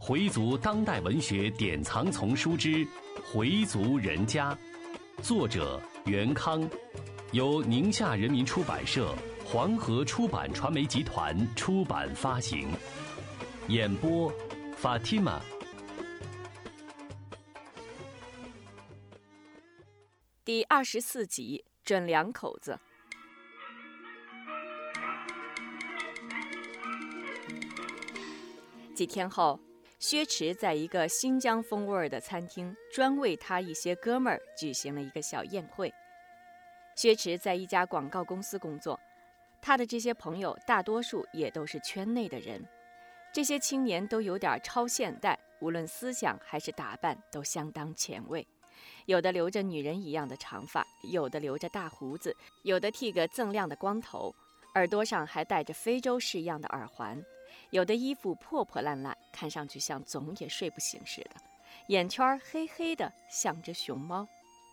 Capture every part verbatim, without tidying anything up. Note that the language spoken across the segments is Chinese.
回族当代文学典藏丛书之《回族人家》，作者袁康，由宁夏人民出版社、黄河出版传媒集团出版发行。演播 Fatima。 第二十四集，准两口子。几天后，薛池在一个新疆风味的餐厅专为他一些哥们儿举行了一个小宴会。薛池在一家广告公司工作，他的这些朋友大多数也都是圈内的人。这些青年都有点超现代，无论思想还是打扮都相当前卫。有的留着女人一样的长发，有的留着大胡子，有的剃个锃亮的光头，耳朵上还戴着非洲式样的耳环。有的衣服破破烂烂，看上去像总也睡不醒似的，眼圈黑黑的，像只熊猫。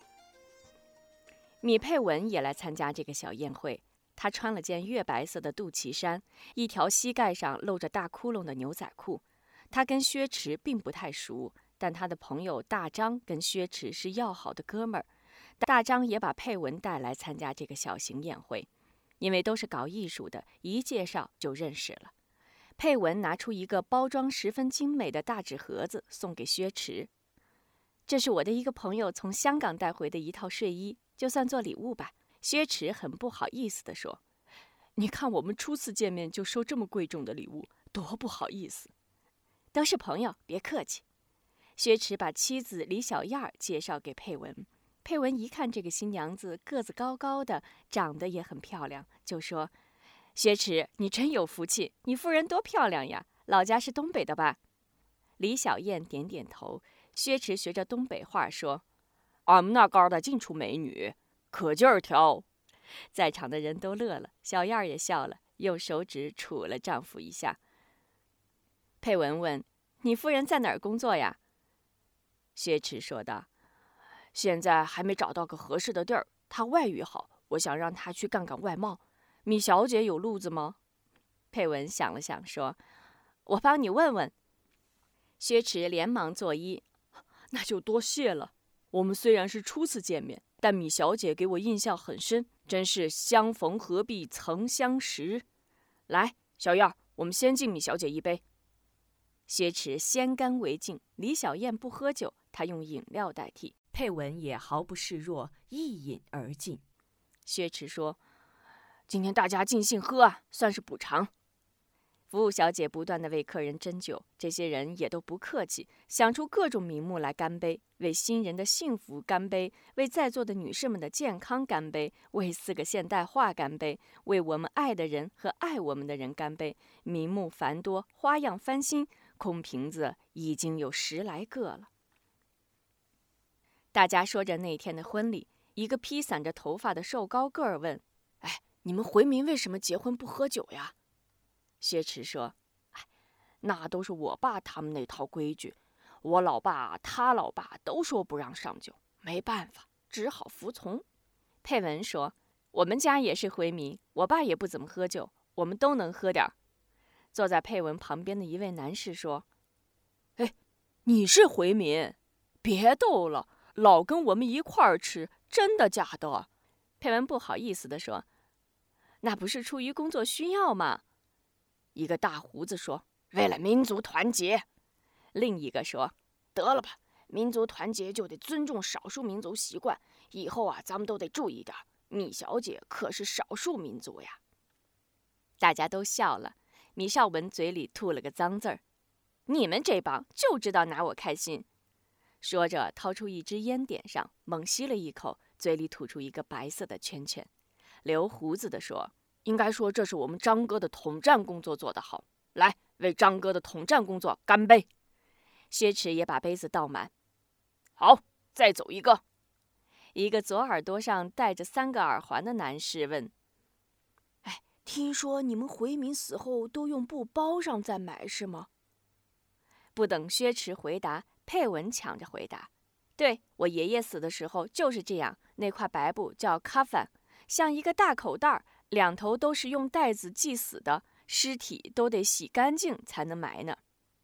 米佩文也来参加这个小宴会，他穿了件月白色的肚脐衫，一条膝盖上露着大窟窿的牛仔裤。他跟薛池并不太熟，但他的朋友大张跟薛池是要好的哥们儿。大张也把佩文带来参加这个小型宴会，因为都是搞艺术的，一介绍就认识了。佩文拿出一个包装十分精美的大纸盒子送给薛池，这是我的一个朋友从香港带回的一套睡衣，就算做礼物吧。薛池很不好意思地说：“你看我们初次见面就收这么贵重的礼物，多不好意思。”都是朋友，别客气。薛池把妻子李小燕儿介绍给佩文，佩文一看这个新娘子个子高高的，长得也很漂亮，就说：“薛池，你真有福气，你夫人多漂亮呀，老家是东北的吧？”李小燕点点头。薛池学着东北话说：“俺们那嘎达净出美女，可劲儿挑。”在场的人都乐了，小燕儿也笑了，用手指杵了丈夫一下。佩文问：“你夫人在哪儿工作呀？”薛池说道：“现在还没找到个合适的地儿，她外语好，我想让她去干干外贸。米小姐有路子吗？”佩文想了想说：“我帮你问问。”薛池连忙作揖：“那就多谢了。我们虽然是初次见面，但米小姐给我印象很深，真是相逢何必曾相识。来，小燕，我们先敬米小姐一杯。”薛池先干为敬，李小燕不喝酒，她用饮料代替。佩文也毫不示弱，一饮而尽。薛池说：“今天大家尽兴喝啊，算是补偿。”服务小姐不断地为客人斟酒，这些人也都不客气，想出各种名目来干杯：为新人的幸福干杯，为在座的女士们的健康干杯，为四个现代化干杯，为我们爱的人和爱我们的人干杯。名目繁多，花样翻新，空瓶子已经有十来个了。大家说着那天的婚礼，一个披散着头发的瘦高个儿问：“哎，你们回民为什么结婚不喝酒呀？”薛池说：“哎，那都是我爸他们那套规矩，我老爸他老爸都说不让上酒，没办法，只好服从。”佩文说：“我们家也是回民，我爸也不怎么喝酒，我们都能喝点儿。”坐在佩文旁边的一位男士说：“哎，你是回民？别逗了，老跟我们一块儿吃，真的假的？”佩文不好意思地说：“那不是出于工作需要吗？”一个大胡子说：“为了民族团结。”另一个说：“得了吧，民族团结就得尊重少数民族习惯，以后啊，咱们都得注意点。米小姐可是少数民族呀。”大家都笑了。米少文嘴里吐了个脏字儿：“你们这帮就知道拿我开心。”说着掏出一支烟点上，猛吸了一口，嘴里吐出一个白色的圈圈。留胡子的说：“应该说这是我们张哥的统战工作做得好，来，为张哥的统战工作干杯！”薛池也把杯子倒满。好，再走一个。一个左耳朵上戴着三个耳环的男士问：“哎，听说你们回民死后都用布包上再埋是吗？”不等薛池回答，佩文抢着回答：“对，我爷爷死的时候就是这样，那块白布叫 coffin， 像一个大口袋，两头都是用袋子系死的，尸体都得洗干净才能埋呢。”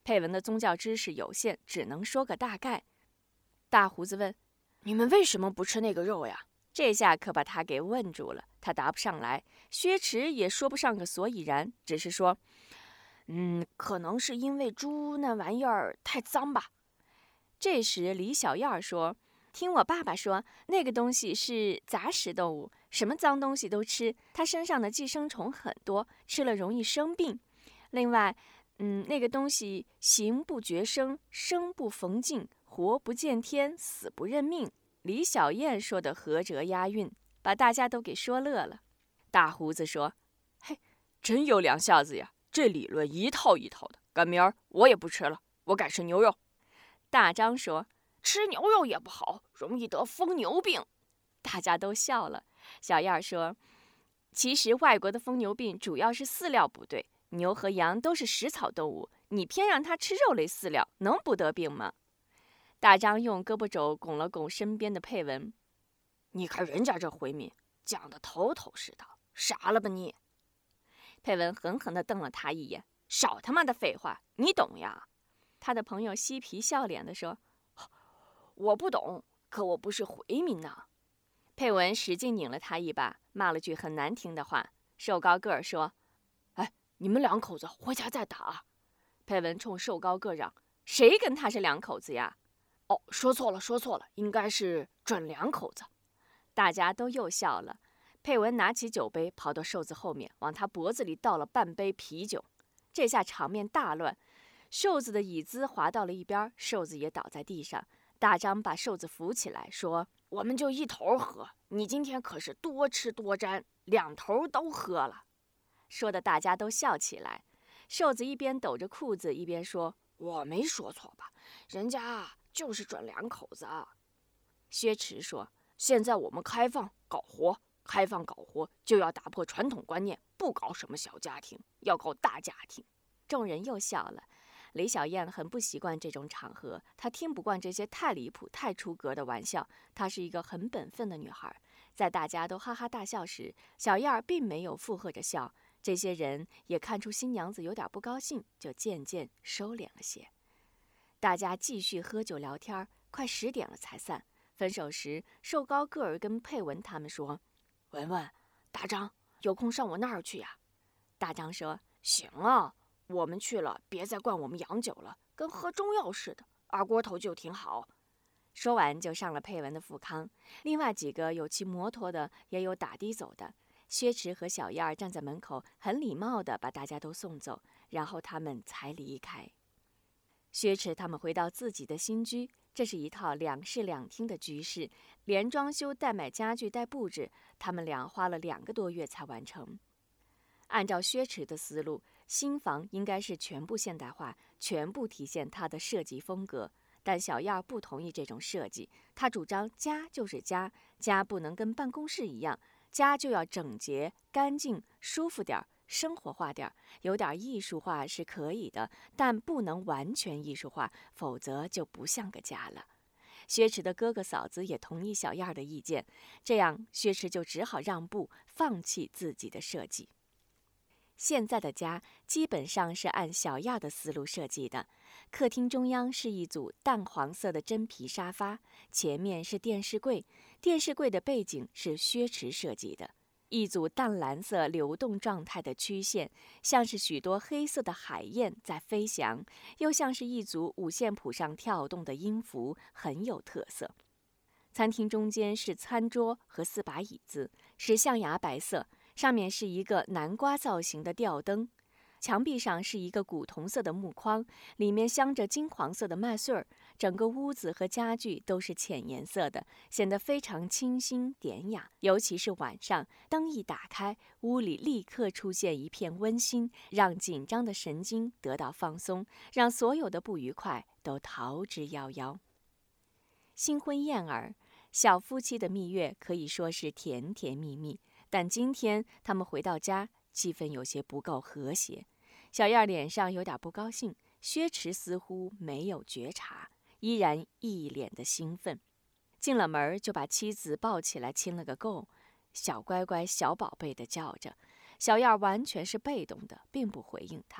佩文的宗教知识有限，只能说个大概。大胡子问：“你们为什么不吃那个肉呀？”这下可把他给问住了，他答不上来。薛池也说不上个所以然，只是说：“嗯，可能是因为猪那玩意儿太脏吧。”这时李小燕说：“听我爸爸说，那个东西是杂食动物，什么脏东西都吃，它身上的寄生虫很多，吃了容易生病。另外，嗯，那个东西形不绝生，生不逢尽，活不见天，死不认命。”李小燕说的合辙押韵，把大家都给说乐了。大胡子说：“嘿，真有两下子呀！这理论一套一套的，赶明儿我也不吃了，我改吃牛肉。”大张说：“吃牛肉也不好，容易得疯牛病。”大家都笑了。小燕说：“其实外国的疯牛病主要是饲料不对，牛和羊都是食草动物，你偏让它吃肉类饲料，能不得病吗？”大张用胳膊肘拱了拱身边的佩文：“你看人家这回民讲的头头是道，傻了吧你？”佩文狠狠地瞪了他一眼：“少他妈的废话，你懂呀？”他的朋友嬉皮笑脸地说：“我不懂，可我不是回民呐。”佩文使劲拧了他一把，骂了句很难听的话。瘦高个儿说：“哎，你们两口子回家再打。”佩文冲瘦高个嚷：“谁跟他是两口子呀？”“哦，说错了，说错了，应该是准两口子。”大家都又笑了。佩文拿起酒杯，跑到瘦子后面，往他脖子里倒了半杯啤酒。这下场面大乱，瘦子的椅子滑到了一边，瘦子也倒在地上。大张把瘦子扶起来，说：“我们就一头喝，你今天可是多吃多沾，两头都喝了。”说的大家都笑起来。瘦子一边抖着裤子，一边说：“我没说错吧？人家就是准两口子。”薛池说：“现在我们开放搞活，开放搞活就要打破传统观念，不搞什么小家庭，要搞大家庭。”众人又笑了。李小燕很不习惯这种场合，她听不惯这些太离谱、太出格的玩笑。她是一个很本分的女孩，在大家都哈哈大笑时，小燕并没有附和着笑。这些人也看出新娘子有点不高兴，就渐渐收敛了些。大家继续喝酒聊天，快十点了才散。分手时，瘦高个儿跟佩文他们说：“文文，大张，有空上我那儿去呀？”大张说：“行啊，我们去了，别再灌我们洋酒了，跟喝中药似的。二锅头就挺好。”说完就上了佩文的富康。另外几个有骑摩托的，也有打的走的。薛池和小燕站在门口，很礼貌地把大家都送走，然后他们才离开。薛池他们回到自己的新居，这是一套两室两厅的居室，连装修带买家具带布置，他们俩花了两个多月才完成。按照薛池的思路，新房应该是全部现代化，全部体现他的设计风格。但小燕不同意这种设计，她主张家就是家，家不能跟办公室一样，家就要整洁、干净、舒服点儿，生活化点儿，有点艺术化是可以的，但不能完全艺术化，否则就不像个家了。薛池的哥哥嫂子也同意小燕的意见，这样薛池就只好让步，放弃自己的设计。现在的家基本上是按小燕的思路设计的，客厅中央是一组淡黄色的真皮沙发，前面是电视柜，电视柜的背景是薛池设计的。一组淡蓝色流动状态的曲线，像是许多黑色的海燕在飞翔，又像是一组五线谱上跳动的音符，很有特色。餐厅中间是餐桌和四把椅子，是象牙白色，上面是一个南瓜造型的吊灯。墙壁上是一个古铜色的木框，里面镶着金黄色的麦穗儿。整个屋子和家具都是浅颜色的，显得非常清新典雅。尤其是晚上，灯一打开，屋里立刻出现一片温馨，让紧张的神经得到放松，让所有的不愉快都逃之夭夭。新婚燕尔，小夫妻的蜜月可以说是甜甜蜜蜜，但今天他们回到家，气氛有些不够和谐。小燕脸上有点不高兴，薛池似乎没有觉察，依然一脸的兴奋。进了门就把妻子抱起来亲了个够，小乖乖小宝贝的叫着。小燕完全是被动的，并不回应他。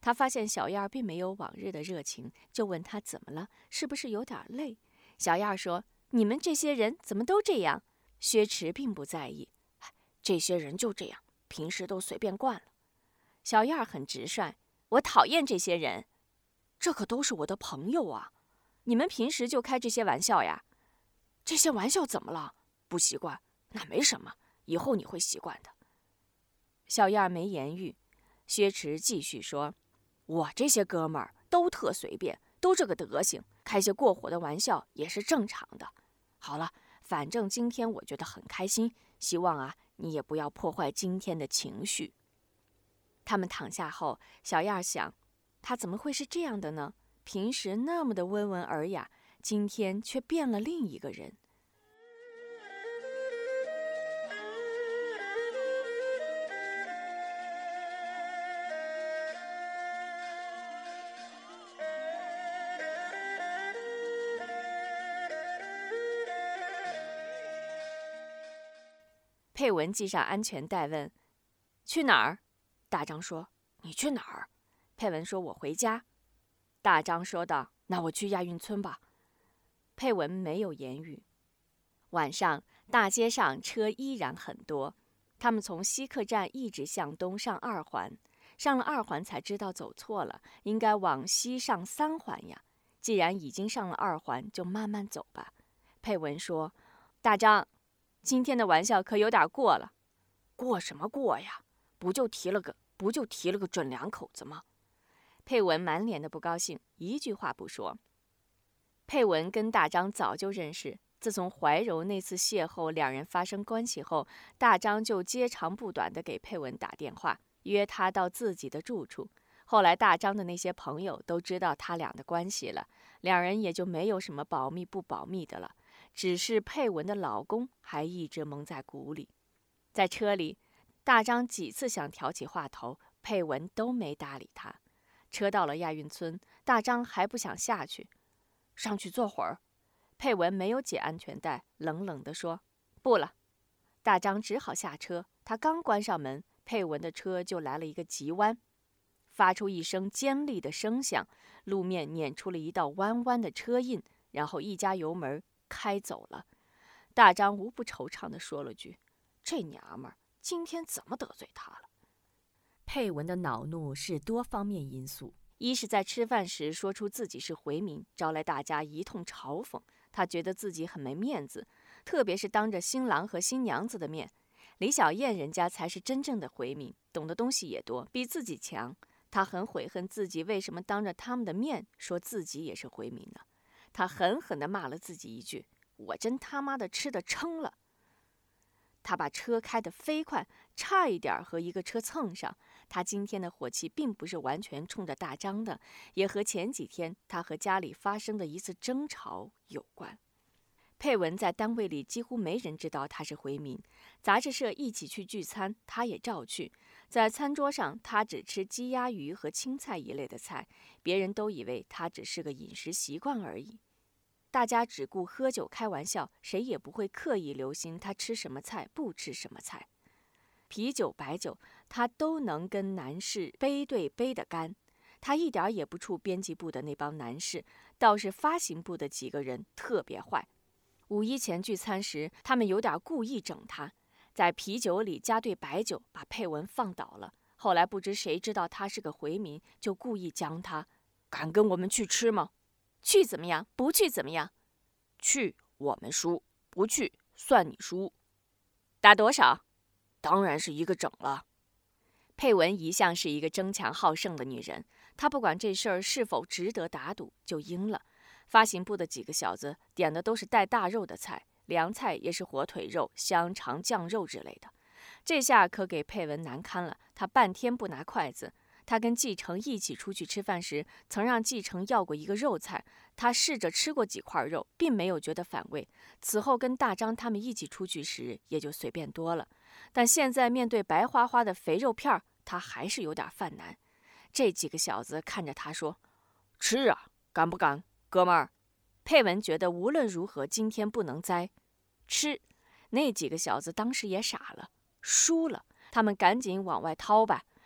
他发现小燕并没有往日的热情，就问他怎么了，是不是有点累？小燕说：“你们这些人怎么都这样？”薛池并不在意，这些人就这样，平时都随便惯了。小燕很直率：“我讨厌这些人，这可都是我的朋友啊！你们平时就开这些玩笑呀？这些玩笑怎么了？不习惯？那没什么，以后你会习惯的。”小燕没言语。薛池继续说：“我这些哥们儿都特随便，都这个德行，开些过火的玩笑也是正常的。好了，反正今天我觉得很开心，希望啊你也不要破坏今天的情绪。”他们躺下后，小燕想，他怎么会是这样的呢？平时那么的温文尔雅，今天却变了另一个人。佩文系上安全带问：“去哪儿？”大张说：“你去哪儿？”佩文说：“我回家。”大张说道：“那我去亚运村吧。”佩文没有言语。晚上，大街上车依然很多。他们从西客站一直向东上二环，上了二环才知道走错了，应该往西上三环呀。既然已经上了二环，就慢慢走吧。佩文说：“大张，今天的玩笑可有点过了。”“过什么过呀？不就提了个不就提了个准两口子吗？”佩文满脸的不高兴，一句话不说。佩文跟大张早就认识，自从怀柔那次邂逅，两人发生关系后，大张就接长不短地给佩文打电话，约他到自己的住处。后来大张的那些朋友都知道他俩的关系了，两人也就没有什么保密不保密的了。只是佩文的老公还一直蒙在鼓里。在车里，大张几次想挑起话头，佩文都没搭理他。车到了亚运村，大张还不想下去，上去坐会儿。佩文没有解安全带，冷冷地说：“不了。”大张只好下车。他刚关上门，佩文的车就来了一个急弯，发出一声尖利的声响，路面碾出了一道弯弯的车印，然后一加油门开走了。大张无不惆怅地说了句：“这娘们儿今天怎么得罪他了？”佩文的恼怒是多方面因素，一是在吃饭时说出自己是回民，招来大家一通嘲讽，他觉得自己很没面子，特别是当着新郎和新娘子的面。李小燕人家才是真正的回民，懂的东西也多，比自己强。他很悔恨自己为什么当着他们的面说自己也是回民呢？他狠狠地骂了自己一句：“我真他妈的吃得撑了。”他把车开得飞快，差一点和一个车蹭上。他今天的火气并不是完全冲着大张的，也和前几天他和家里发生的一次争吵有关。佩文在单位里几乎没人知道他是回民，杂志社一起去聚餐，他也照去。在餐桌上，他只吃鸡鸭鱼和青菜一类的菜，别人都以为他只是个饮食习惯而已。大家只顾喝酒开玩笑，谁也不会刻意留心他吃什么菜，不吃什么菜。啤酒、白酒，他都能跟男士背对背的干。他一点也不怵编辑部的那帮男士，倒是发行部的几个人特别坏。五一前聚餐时，他们有点故意整他，在啤酒里加兑白酒，把佩文放倒了。后来不知谁知道他是个回民，就故意将他：“敢跟我们去吃吗？去怎么样？不去怎么样？去我们输，不去算你输。打多少？当然是一个整了。”佩文一向是一个争强好胜的女人，她不管这事儿是否值得打赌，就应了。发行部的几个小子点的都是带大肉的菜，凉菜也是火腿肉、香肠、酱肉之类的。这下可给佩文难堪了，她半天不拿筷子。他跟继承一起出去吃饭时，曾让继承要过一个肉菜，他试着吃过几块肉，并没有觉得反胃。此后跟大张他们一起出去时，也就随便多了。但现在面对白花花的肥肉片，他还是有点犯难。这几个小子看着他说：“吃啊，敢不敢，哥们儿？”佩文觉得无论如何今天不能栽，吃。那几个小子当时也傻了，输了，他们赶紧往外掏吧。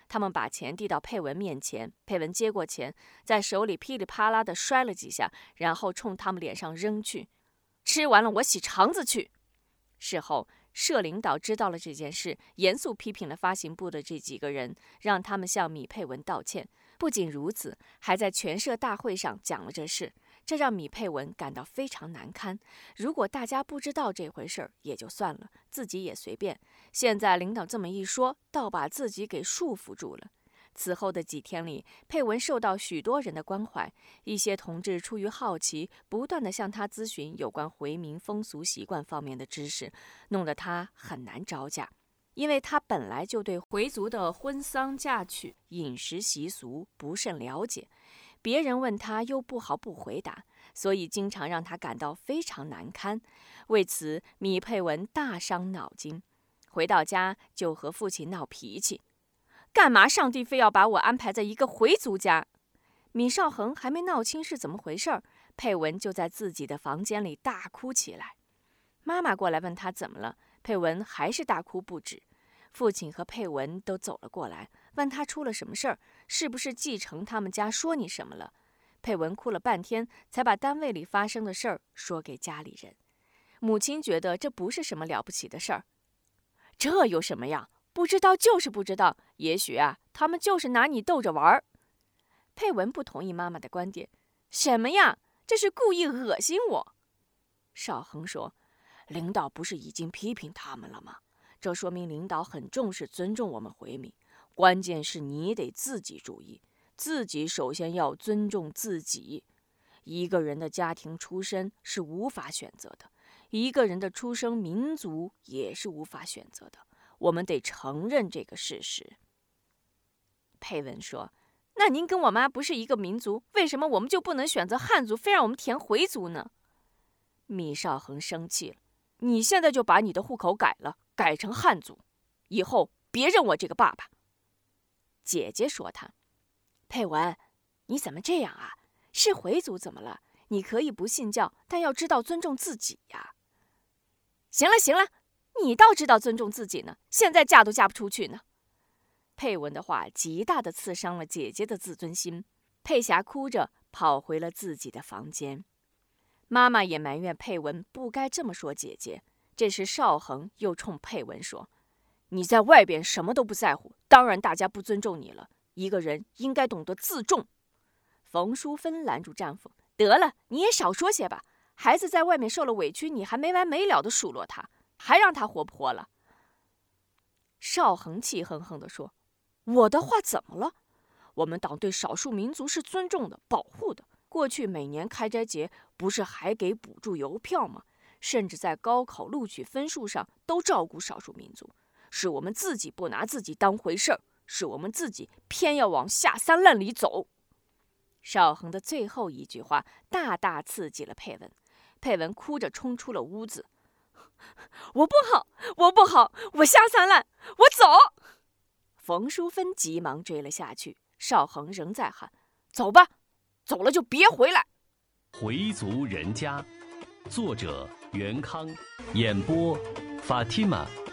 他们把钱递到佩文面前，佩文接过钱，在手里噼里啪啦地摔了几下，然后冲他们脸上扔去。吃完了我洗肠子去。事后，社领导知道了这件事，严肃批评了发行部的这几个人，让他们向米佩文道歉。不仅如此，还在全社大会上讲了这事，这让米佩文感到非常难堪。如果大家不知道这回事也就算了，自己也随便。现在领导这么一说，倒把自己给束缚住了。此后的几天里，佩文受到许多人的关怀，一些同志出于好奇，不断地向他咨询有关回民风俗习惯方面的知识，弄得他很难招架。因为他本来就对回族的婚丧嫁娶、饮食习俗不甚了解，别人问他又不好不回答，所以经常让他感到非常难堪。为此，米佩文大伤脑筋，回到家就和父亲闹脾气。干嘛上帝非要把我安排在一个回族家？米少恒还没闹清是怎么回事，佩文就在自己的房间里大哭起来。妈妈过来问他怎么了，佩文还是大哭不止。父亲和佩文都走了过来，问他出了什么事儿，是不是继承他们家说你什么了？佩文哭了半天，才把单位里发生的事儿说给家里人。母亲觉得这不是什么了不起的事儿。这有什么呀？不知道就是不知道，也许啊，他们就是拿你逗着玩儿。佩文不同意妈妈的观点。什么呀？这是故意恶心我。少恒说，领导不是已经批评他们了吗？这说明领导很重视尊重我们回民，关键是你得自己注意，自己首先要尊重自己。一个人的家庭出身是无法选择的，一个人的出生民族也是无法选择的，我们得承认这个事实。佩文说，那您跟我妈不是一个民族，为什么我们就不能选择汉族，非让我们填回族呢？米少恒生气了，你现在就把你的户口改了，改成汉族，以后别认我这个爸爸。姐姐说他，佩文，你怎么这样啊？是回族怎么了？你可以不信教，但要知道尊重自己呀。行了行了，你倒知道尊重自己呢，现在嫁都嫁不出去呢。佩文的话极大地刺伤了姐姐的自尊心，佩霞哭着跑回了自己的房间。妈妈也埋怨佩文不该这么说姐姐。这时少恒又冲佩文说，你在外边什么都不在乎，当然大家不尊重你了。一个人应该懂得自重。冯淑芬拦住丈夫，得了，你也少说些吧，孩子在外面受了委屈，你还没完没了地数落他，还让他活不活了？少恒气哼哼地说，我的话怎么了？我们党对少数民族是尊重的、保护的，过去每年开斋节不是还给补助邮票吗？甚至在高考录取分数上都照顾少数民族，是我们自己不拿自己当回事儿，是我们自己偏要往下三滥里走。少恒的最后一句话大大刺激了佩文，佩文哭着冲出了屋子，我不好，我不好，我下三滥，我走。冯淑芬急忙追了下去，少恒仍在喊，走吧，走了就别回来。 回族人家，作者袁康，演播 Fatima。